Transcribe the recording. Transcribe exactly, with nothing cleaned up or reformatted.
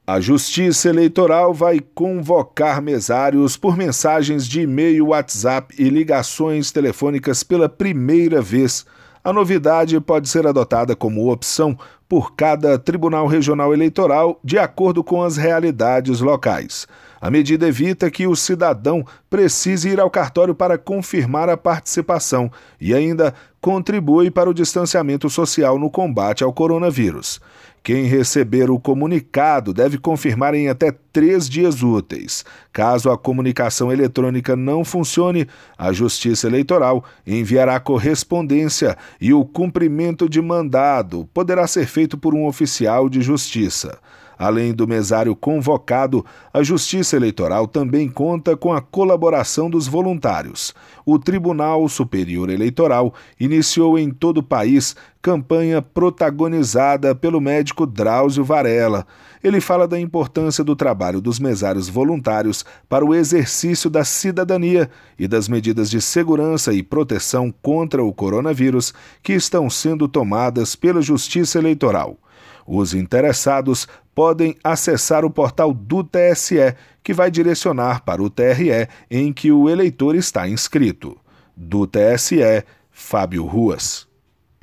A Justiça Eleitoral vai convocar mesários por mensagens de e-mail, WhatsApp e ligações telefônicas pela primeira vez. A novidade pode ser adotada como opção por cada Tribunal Regional Eleitoral, de acordo com as realidades locais. A medida evita que o cidadão precise ir ao cartório para confirmar a participação e ainda contribui para o distanciamento social no combate ao coronavírus. Quem receber o comunicado deve confirmar em até três dias úteis. Caso a comunicação eletrônica não funcione, a Justiça Eleitoral enviará correspondência e o cumprimento de mandado poderá ser feito por um oficial de justiça. Além do mesário convocado, a Justiça Eleitoral também conta com a colaboração dos voluntários. O Tribunal Superior Eleitoral iniciou em todo o país campanha protagonizada pelo médico Drauzio Varela. Ele fala da importância do trabalho dos mesários voluntários para o exercício da cidadania e das medidas de segurança e proteção contra o coronavírus que estão sendo tomadas pela Justiça Eleitoral. Os interessados podem acessar o portal do T S E, que vai direcionar para o T R E em que o eleitor está inscrito. Do T S E, Fábio Ruas.